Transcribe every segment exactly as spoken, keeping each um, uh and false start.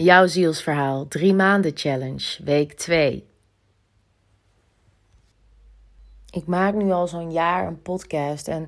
Jouw zielsverhaal, drie maanden challenge, week twee. Ik maak nu al zo'n jaar een podcast en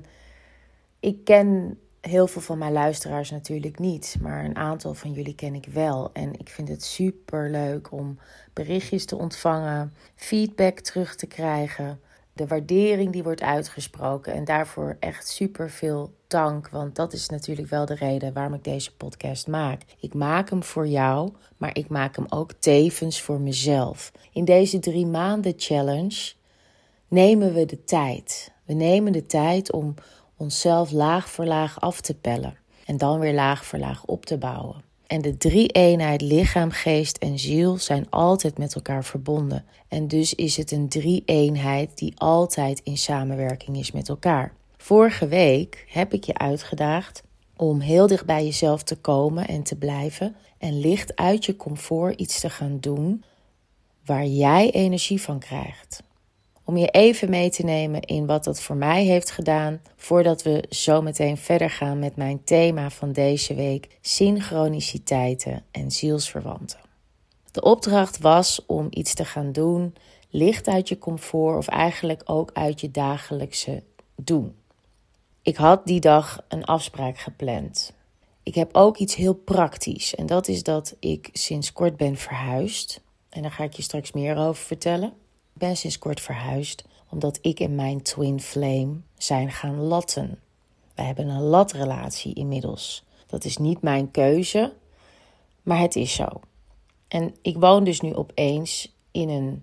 ik ken heel veel van mijn luisteraars natuurlijk niet. Maar een aantal van jullie ken ik wel. En ik vind het super leuk om berichtjes te ontvangen, feedback terug te krijgen. De waardering die wordt uitgesproken en daarvoor echt super veel dank. Want dat is natuurlijk wel de reden waarom ik deze podcast maak. Ik maak hem voor jou, maar ik maak hem ook tevens voor mezelf. In deze drie maanden challenge nemen we de tijd. We nemen de tijd om onszelf laag voor laag af te pellen. En dan weer laag voor laag op te bouwen. En de drie-eenheid lichaam, geest en ziel zijn altijd met elkaar verbonden. En dus is het een drie-eenheid die altijd in samenwerking is met elkaar. Vorige week heb ik je uitgedaagd om heel dicht bij jezelf te komen en te blijven. En licht uit je comfort iets te gaan doen waar jij energie van krijgt. Om je even mee te nemen in wat dat voor mij heeft gedaan, voordat we zo meteen verder gaan met mijn thema van deze week, synchroniciteiten en zielsverwanten. De opdracht was om iets te gaan doen, licht uit je comfort of eigenlijk ook uit je dagelijkse doen. Ik had die dag een afspraak gepland. Ik heb ook iets heel praktisch en dat is dat ik sinds kort ben verhuisd. En daar ga ik je straks meer over vertellen. Ik ben sinds kort verhuisd omdat ik en mijn twin flame zijn gaan latten. We hebben een latrelatie inmiddels. Dat is niet mijn keuze, maar het is zo. En ik woon dus nu opeens in een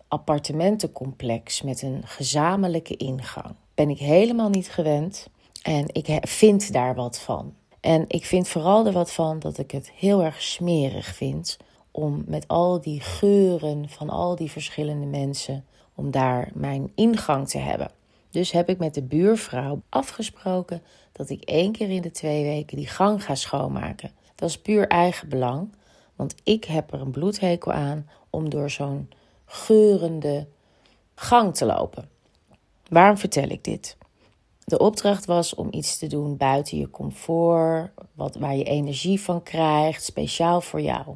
appartementencomplex met een gezamenlijke ingang. Ben ik helemaal niet gewend en ik vind daar wat van. En ik vind vooral er wat van dat ik het heel erg smerig vind om met al die geuren van al die verschillende mensen, om daar mijn ingang te hebben. Dus heb ik met de buurvrouw afgesproken dat ik één keer in de twee weken die gang ga schoonmaken. Dat is puur eigen belang, want ik heb er een bloedhekel aan om door zo'n geurende gang te lopen. Waarom vertel ik dit? De opdracht was om iets te doen buiten je comfort, wat, waar je energie van krijgt, speciaal voor jou.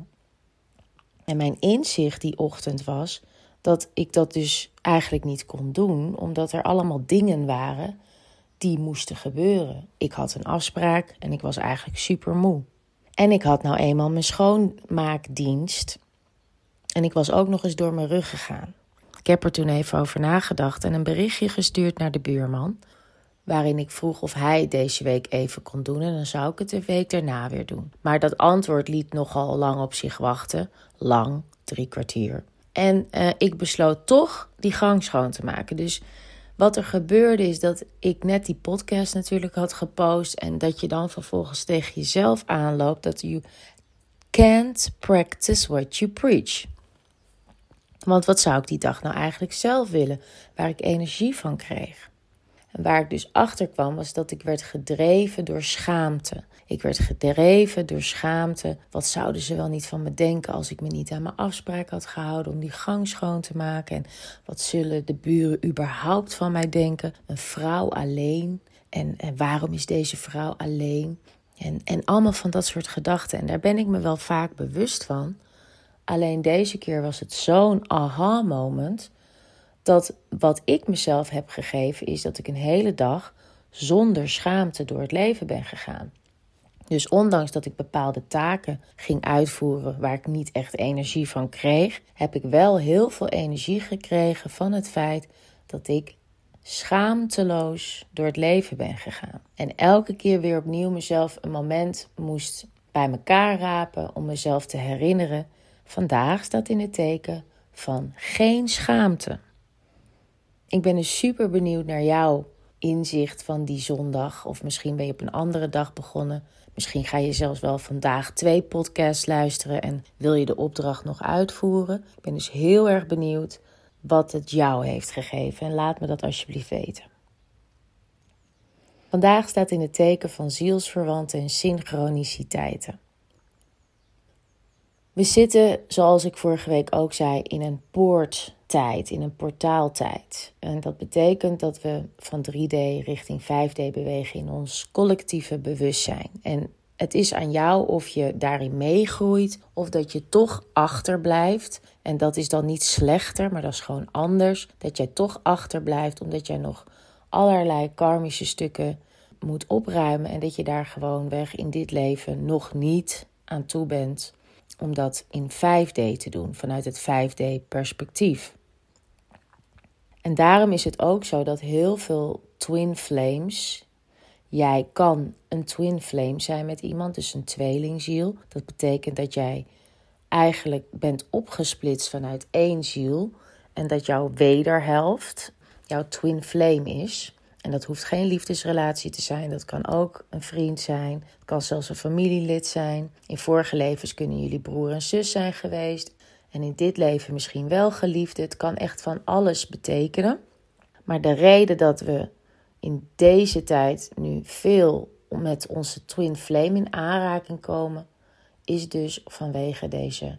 En mijn inzicht die ochtend was dat ik dat dus eigenlijk niet kon doen, omdat er allemaal dingen waren die moesten gebeuren. Ik had een afspraak en ik was eigenlijk super moe. En ik had nou eenmaal mijn schoonmaakdienst en ik was ook nog eens door mijn rug gegaan. Ik heb er toen even over nagedacht en een berichtje gestuurd naar de buurman, waarin ik vroeg of hij deze week even kon doen en dan zou ik het de week daarna weer doen. Maar dat antwoord liet nogal lang op zich wachten. Lang, drie kwartier. En uh, ik besloot toch die gang schoon te maken. Dus wat er gebeurde is dat ik net die podcast natuurlijk had gepost en dat je dan vervolgens tegen jezelf aanloopt dat you can't practice what you preach. Want wat zou ik die dag nou eigenlijk zelf willen, waar ik energie van kreeg? En waar ik dus achter kwam was dat ik werd gedreven door schaamte. Ik werd gedreven door schaamte. Wat zouden ze wel niet van me denken als ik me niet aan mijn afspraak had gehouden om die gang schoon te maken? En wat zullen de buren überhaupt van mij denken? Een vrouw alleen. En, en waarom is deze vrouw alleen? En, en allemaal van dat soort gedachten. En daar ben ik me wel vaak bewust van. Alleen deze keer was het zo'n aha-moment dat wat ik mezelf heb gegeven is dat ik een hele dag zonder schaamte door het leven ben gegaan. Dus ondanks dat ik bepaalde taken ging uitvoeren waar ik niet echt energie van kreeg, heb ik wel heel veel energie gekregen van het feit dat ik schaamteloos door het leven ben gegaan. En elke keer weer opnieuw mezelf een moment moest bij elkaar rapen om mezelf te herinneren. Vandaag staat in het teken van geen schaamte. Ik ben dus super benieuwd naar jouw inzicht van die zondag. Of misschien ben je op een andere dag begonnen. Misschien ga je zelfs wel vandaag twee podcasts luisteren en wil je de opdracht nog uitvoeren. Ik ben dus heel erg benieuwd wat het jou heeft gegeven. En laat me dat alsjeblieft weten. Vandaag staat in het teken van zielsverwanten en synchroniciteiten. We zitten, zoals ik vorige week ook zei, in een poorttijd, in een portaaltijd. En dat betekent dat we van drie D richting vijf D bewegen in ons collectieve bewustzijn. En Het is aan jou of je daarin meegroeit of dat je toch achterblijft. En dat is dan niet slechter, maar dat is gewoon anders. Dat jij toch achterblijft omdat jij nog allerlei karmische stukken moet opruimen. En dat je daar gewoonweg in dit leven nog niet aan toe bent om dat in vijf D te doen, vanuit het vijf D perspectief. En daarom is het ook zo dat heel veel twin flames... Jij kan een twin flame zijn met iemand, dus een tweelingziel. Dat betekent dat jij eigenlijk bent opgesplitst vanuit één ziel. En dat jouw wederhelft jouw twin flame is. En dat hoeft geen liefdesrelatie te zijn. Dat kan ook een vriend zijn. Het kan zelfs een familielid zijn. In vorige levens kunnen jullie broer en zus zijn geweest. En in dit leven misschien wel geliefde. Het kan echt van alles betekenen. Maar de reden dat we in deze tijd nu veel met onze twin flame in aanraking komen, is dus vanwege deze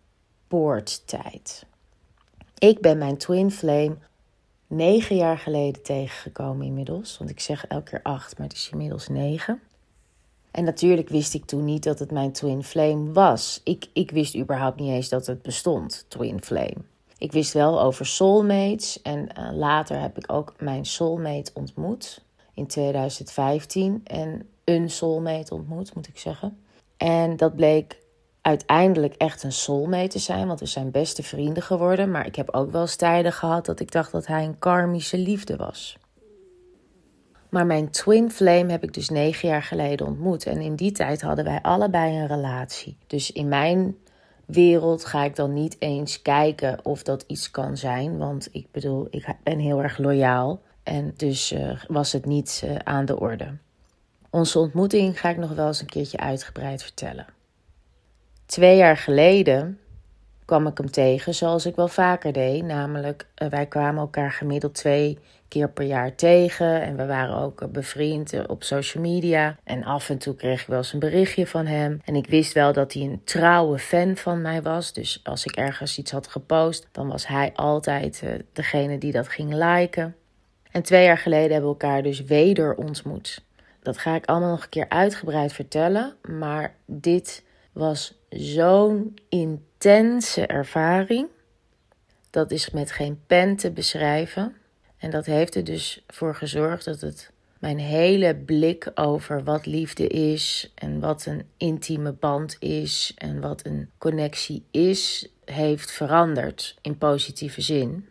poorttijd. Ik ben mijn twin flame negen jaar geleden tegengekomen inmiddels. Want ik zeg elke keer acht, maar het is inmiddels negen. En natuurlijk wist ik toen niet dat het mijn twin flame was. Ik, ik wist überhaupt niet eens dat het bestond, twin flame. Ik wist wel over soulmates en uh, later heb ik ook mijn soulmate ontmoet in twintig vijftien. En een soulmate ontmoet, moet ik zeggen. En dat bleek uiteindelijk echt een soulmate te zijn, want we zijn beste vrienden geworden. Maar ik heb ook wel eens tijden gehad dat ik dacht dat hij een karmische liefde was. Maar mijn twin flame heb ik dus negen jaar geleden ontmoet. En in die tijd hadden wij allebei een relatie. Dus in mijn wereld ga ik dan niet eens kijken of dat iets kan zijn. Want ik bedoel, ik ben heel erg loyaal. En dus uh, was het niet uh, aan de orde. Onze ontmoeting ga ik nog wel eens een keertje uitgebreid vertellen. Twee jaar geleden kwam ik hem tegen zoals ik wel vaker deed. Namelijk, uh, wij kwamen elkaar gemiddeld twee keer per jaar tegen. En we waren ook uh, bevriend uh, op social media. En af en toe kreeg ik wel eens een berichtje van hem. En ik wist wel dat hij een trouwe fan van mij was. Dus als ik ergens iets had gepost, dan was hij altijd uh, degene die dat ging liken. En twee jaar geleden hebben we elkaar dus weder ontmoet. Dat ga ik allemaal nog een keer uitgebreid vertellen. Maar dit was zo'n intense ervaring. Dat is met geen pen te beschrijven. En dat heeft er dus voor gezorgd dat het mijn hele blik over wat liefde is en wat een intieme band is en wat een connectie is, heeft veranderd in positieve zin.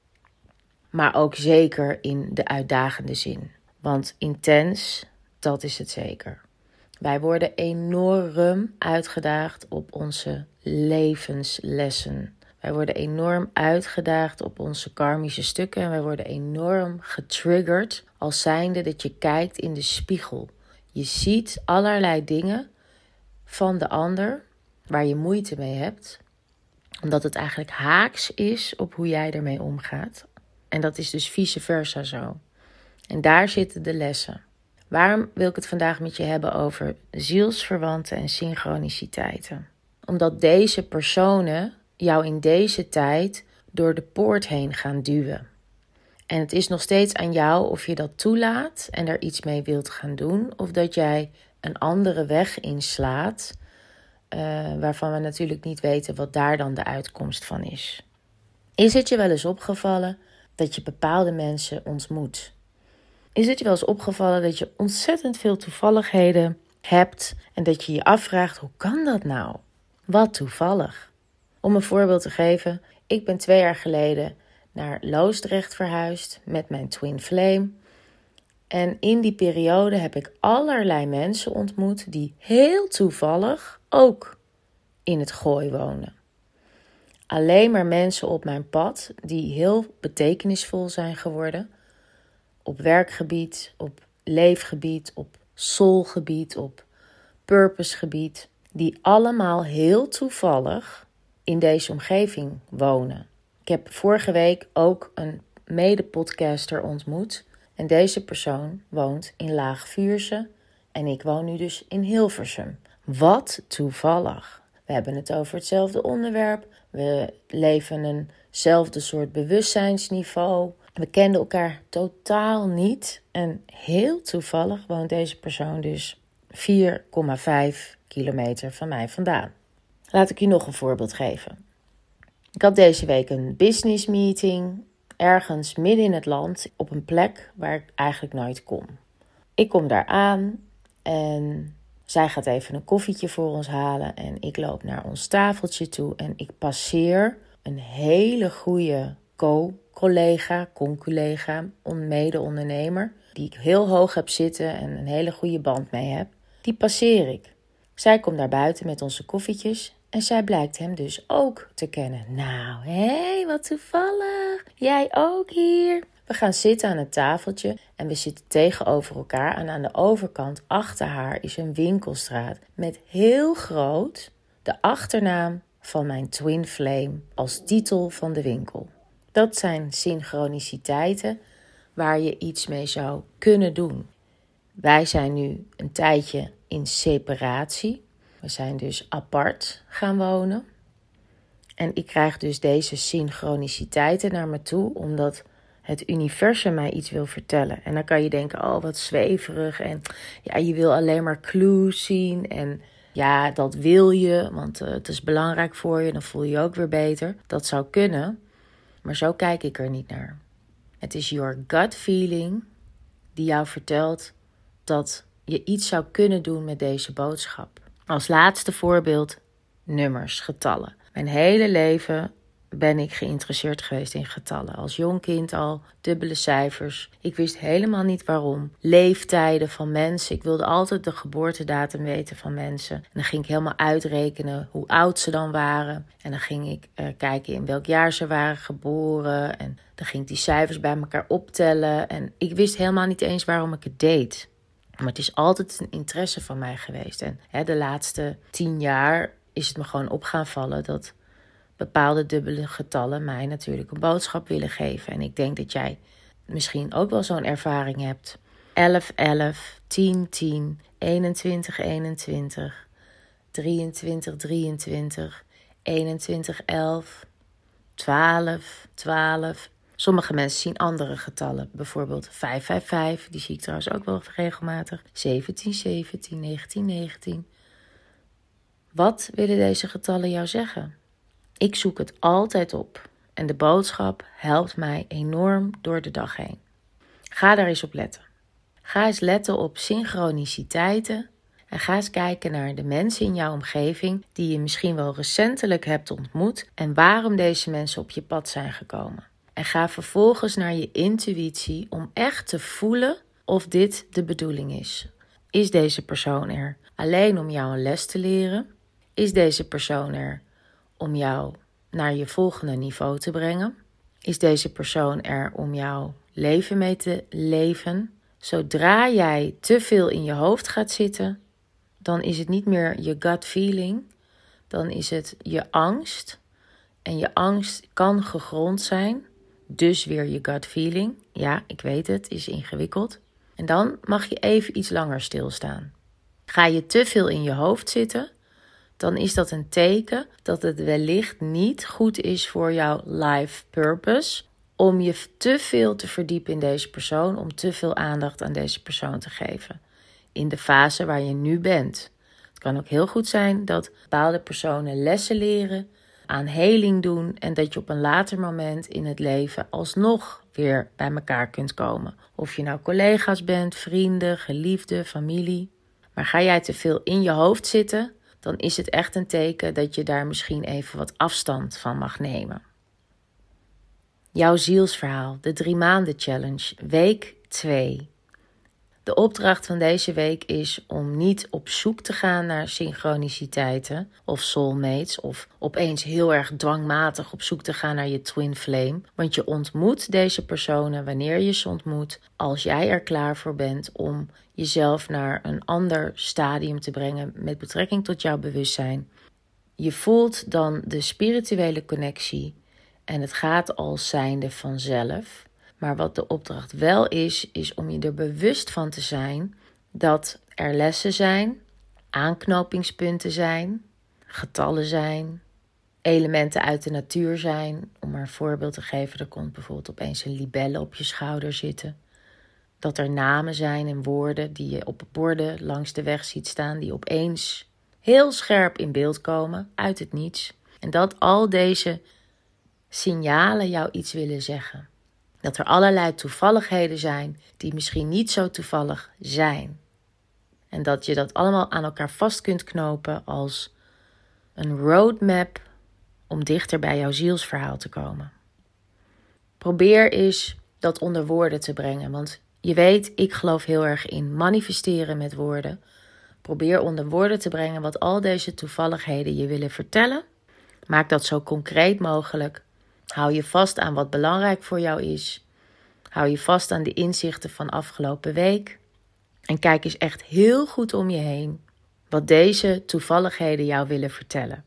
Maar ook zeker in de uitdagende zin. Want intens, dat is het zeker. Wij worden enorm uitgedaagd op onze levenslessen. Wij worden enorm uitgedaagd op onze karmische stukken. En wij worden enorm getriggerd als zijnde dat je kijkt in de spiegel. Je ziet allerlei dingen van de ander waar je moeite mee hebt. Omdat het eigenlijk haaks is op hoe jij ermee omgaat. En dat is dus vice versa zo. En daar zitten de lessen. Waarom wil ik het vandaag met je hebben over zielsverwanten en synchroniciteiten? Omdat deze personen jou in deze tijd door de poort heen gaan duwen. En het is nog steeds aan jou of je dat toelaat en er iets mee wilt gaan doen. Of dat jij een andere weg inslaat, uh, waarvan we natuurlijk niet weten wat daar dan de uitkomst van is. Is het je wel eens opgevallen dat je bepaalde mensen ontmoet? Is het je wel eens opgevallen dat je ontzettend veel toevalligheden hebt en dat je je afvraagt, hoe kan dat nou? Wat toevallig. Om een voorbeeld te geven, ik ben twee jaar geleden naar Loosdrecht verhuisd met mijn twin flame. En in die periode heb ik allerlei mensen ontmoet die heel toevallig ook in het Gooi wonen. Alleen maar mensen op mijn pad die heel betekenisvol zijn geworden. Op werkgebied, op leefgebied, op soulgebied, op purposegebied. Die allemaal heel toevallig in deze omgeving wonen. Ik heb vorige week ook een mede-podcaster ontmoet. En deze persoon woont in Laag-Vuursche. En ik woon nu dus in Hilversum. Wat toevallig. We hebben het over hetzelfde onderwerp. We leven eenzelfde soort bewustzijnsniveau. We kenden elkaar totaal niet. En heel toevallig woont deze persoon dus vier komma vijf kilometer van mij vandaan. Laat ik je nog een voorbeeld geven. Ik had deze week een business meeting ergens midden in het land op een plek waar ik eigenlijk nooit kom. Ik kom daar aan en zij gaat even een koffietje voor ons halen en ik loop naar ons tafeltje toe en ik passeer een hele goede co-collega, conculega, mede-ondernemer, die ik heel hoog heb zitten en een hele goede band mee heb. Die passeer ik. Zij komt naar buiten met onze koffietjes en zij blijkt hem dus ook te kennen. Nou, hé, hey, wat toevallig. Jij ook hier. We gaan zitten aan het tafeltje en we zitten tegenover elkaar. En aan de overkant, achter haar, is een winkelstraat met heel groot de achternaam van mijn twin flame als titel van de winkel. Dat zijn synchroniciteiten waar je iets mee zou kunnen doen. Wij zijn nu een tijdje in separatie. We zijn dus apart gaan wonen. En ik krijg dus deze synchroniciteiten naar me toe, omdat het universum mij iets wil vertellen. En dan kan je denken, oh wat zweverig. En ja, je wil alleen maar clues zien. En ja, dat wil je, want uh, het is belangrijk voor je. Dan voel je je ook weer beter. Dat zou kunnen, maar zo kijk ik er niet naar. Het is your gut feeling die jou vertelt dat je iets zou kunnen doen met deze boodschap. Als laatste voorbeeld, nummers, getallen. Mijn hele leven ben ik geïnteresseerd geweest in getallen. Als jong kind al, dubbele cijfers. Ik wist helemaal niet waarom. Leeftijden van mensen. Ik wilde altijd de geboortedatum weten van mensen. En dan ging ik helemaal uitrekenen hoe oud ze dan waren. En dan ging ik uh, kijken in welk jaar ze waren geboren. En dan ging ik die cijfers bij elkaar optellen. En ik wist helemaal niet eens waarom ik het deed. Maar het is altijd een interesse van mij geweest. En hè, de laatste tien jaar is het me gewoon op gaan vallen dat bepaalde dubbele getallen mij natuurlijk een boodschap willen geven. En ik denk dat jij misschien ook wel zo'n ervaring hebt. elf elf, tien tien, eenentwintig eenentwintig, drieëntwintig drieëntwintig, eenentwintig elf, twaalf twaalf. Sommige mensen zien andere getallen. Bijvoorbeeld vijf vijf vijf, die zie ik trouwens ook wel regelmatig. zeventien zeventien, negentien negentien. Wat willen deze getallen jou zeggen? Ik zoek het altijd op en de boodschap helpt mij enorm door de dag heen. Ga daar eens op letten. Ga eens letten op synchroniciteiten en ga eens kijken naar de mensen in jouw omgeving die je misschien wel recentelijk hebt ontmoet en waarom deze mensen op je pad zijn gekomen. En ga vervolgens naar je intuïtie om echt te voelen of dit de bedoeling is. Is deze persoon er alleen om jou een les te leren? Is deze persoon er om jou naar je volgende niveau te brengen? Is deze persoon er om jouw leven mee te leven? Zodra jij te veel in je hoofd gaat zitten, dan is het niet meer je gut feeling. Dan is het je angst. En je angst kan gegrond zijn. Dus weer je gut feeling. Ja, ik weet het, is ingewikkeld. En dan mag je even iets langer stilstaan. Ga je te veel in je hoofd zitten, dan is dat een teken dat het wellicht niet goed is voor jouw life purpose. Om je te veel te verdiepen in deze persoon, om te veel aandacht aan deze persoon te geven. In de fase waar je nu bent. Het kan ook heel goed zijn dat bepaalde personen lessen leren, aan heling doen en dat je op een later moment in het leven alsnog weer bij elkaar kunt komen. Of je nou collega's bent, vrienden, geliefden, familie. Maar ga jij te veel in je hoofd zitten, dan is het echt een teken dat je daar misschien even wat afstand van mag nemen. Jouw zielsverhaal, de drie maanden challenge, week twee. De opdracht van deze week is om niet op zoek te gaan naar synchroniciteiten of soulmates of opeens heel erg dwangmatig op zoek te gaan naar je twin flame. Want je ontmoet deze personen wanneer je ze ontmoet, als jij er klaar voor bent om jezelf naar een ander stadium te brengen met betrekking tot jouw bewustzijn. Je voelt dan de spirituele connectie en het gaat als zijnde vanzelf. Maar wat de opdracht wel is, is om je er bewust van te zijn dat er lessen zijn, aanknopingspunten zijn, getallen zijn, elementen uit de natuur zijn. Om maar een voorbeeld te geven, er komt bijvoorbeeld opeens een libelle op je schouder zitten. dat er namen zijn en woorden die je op borden langs de weg ziet staan, die opeens heel scherp in beeld komen, uit het niets. En dat al deze signalen jou iets willen zeggen. Dat er allerlei toevalligheden zijn die misschien niet zo toevallig zijn. En dat je dat allemaal aan elkaar vast kunt knopen als een roadmap om dichter bij jouw zielsverhaal te komen. Probeer eens dat onder woorden te brengen, want je weet, ik geloof heel erg in manifesteren met woorden. Probeer onder woorden te brengen wat al deze toevalligheden je willen vertellen. Maak dat zo concreet mogelijk. Hou je vast aan wat belangrijk voor jou is. Hou je vast aan de inzichten van afgelopen week. En kijk eens echt heel goed om je heen wat deze toevalligheden jou willen vertellen.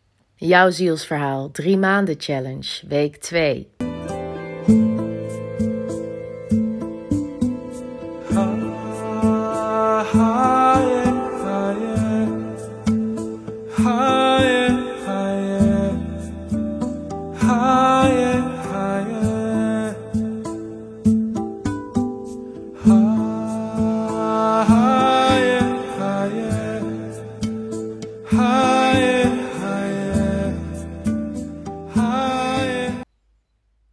Jouw zielsverhaal, drie maanden challenge, week twee.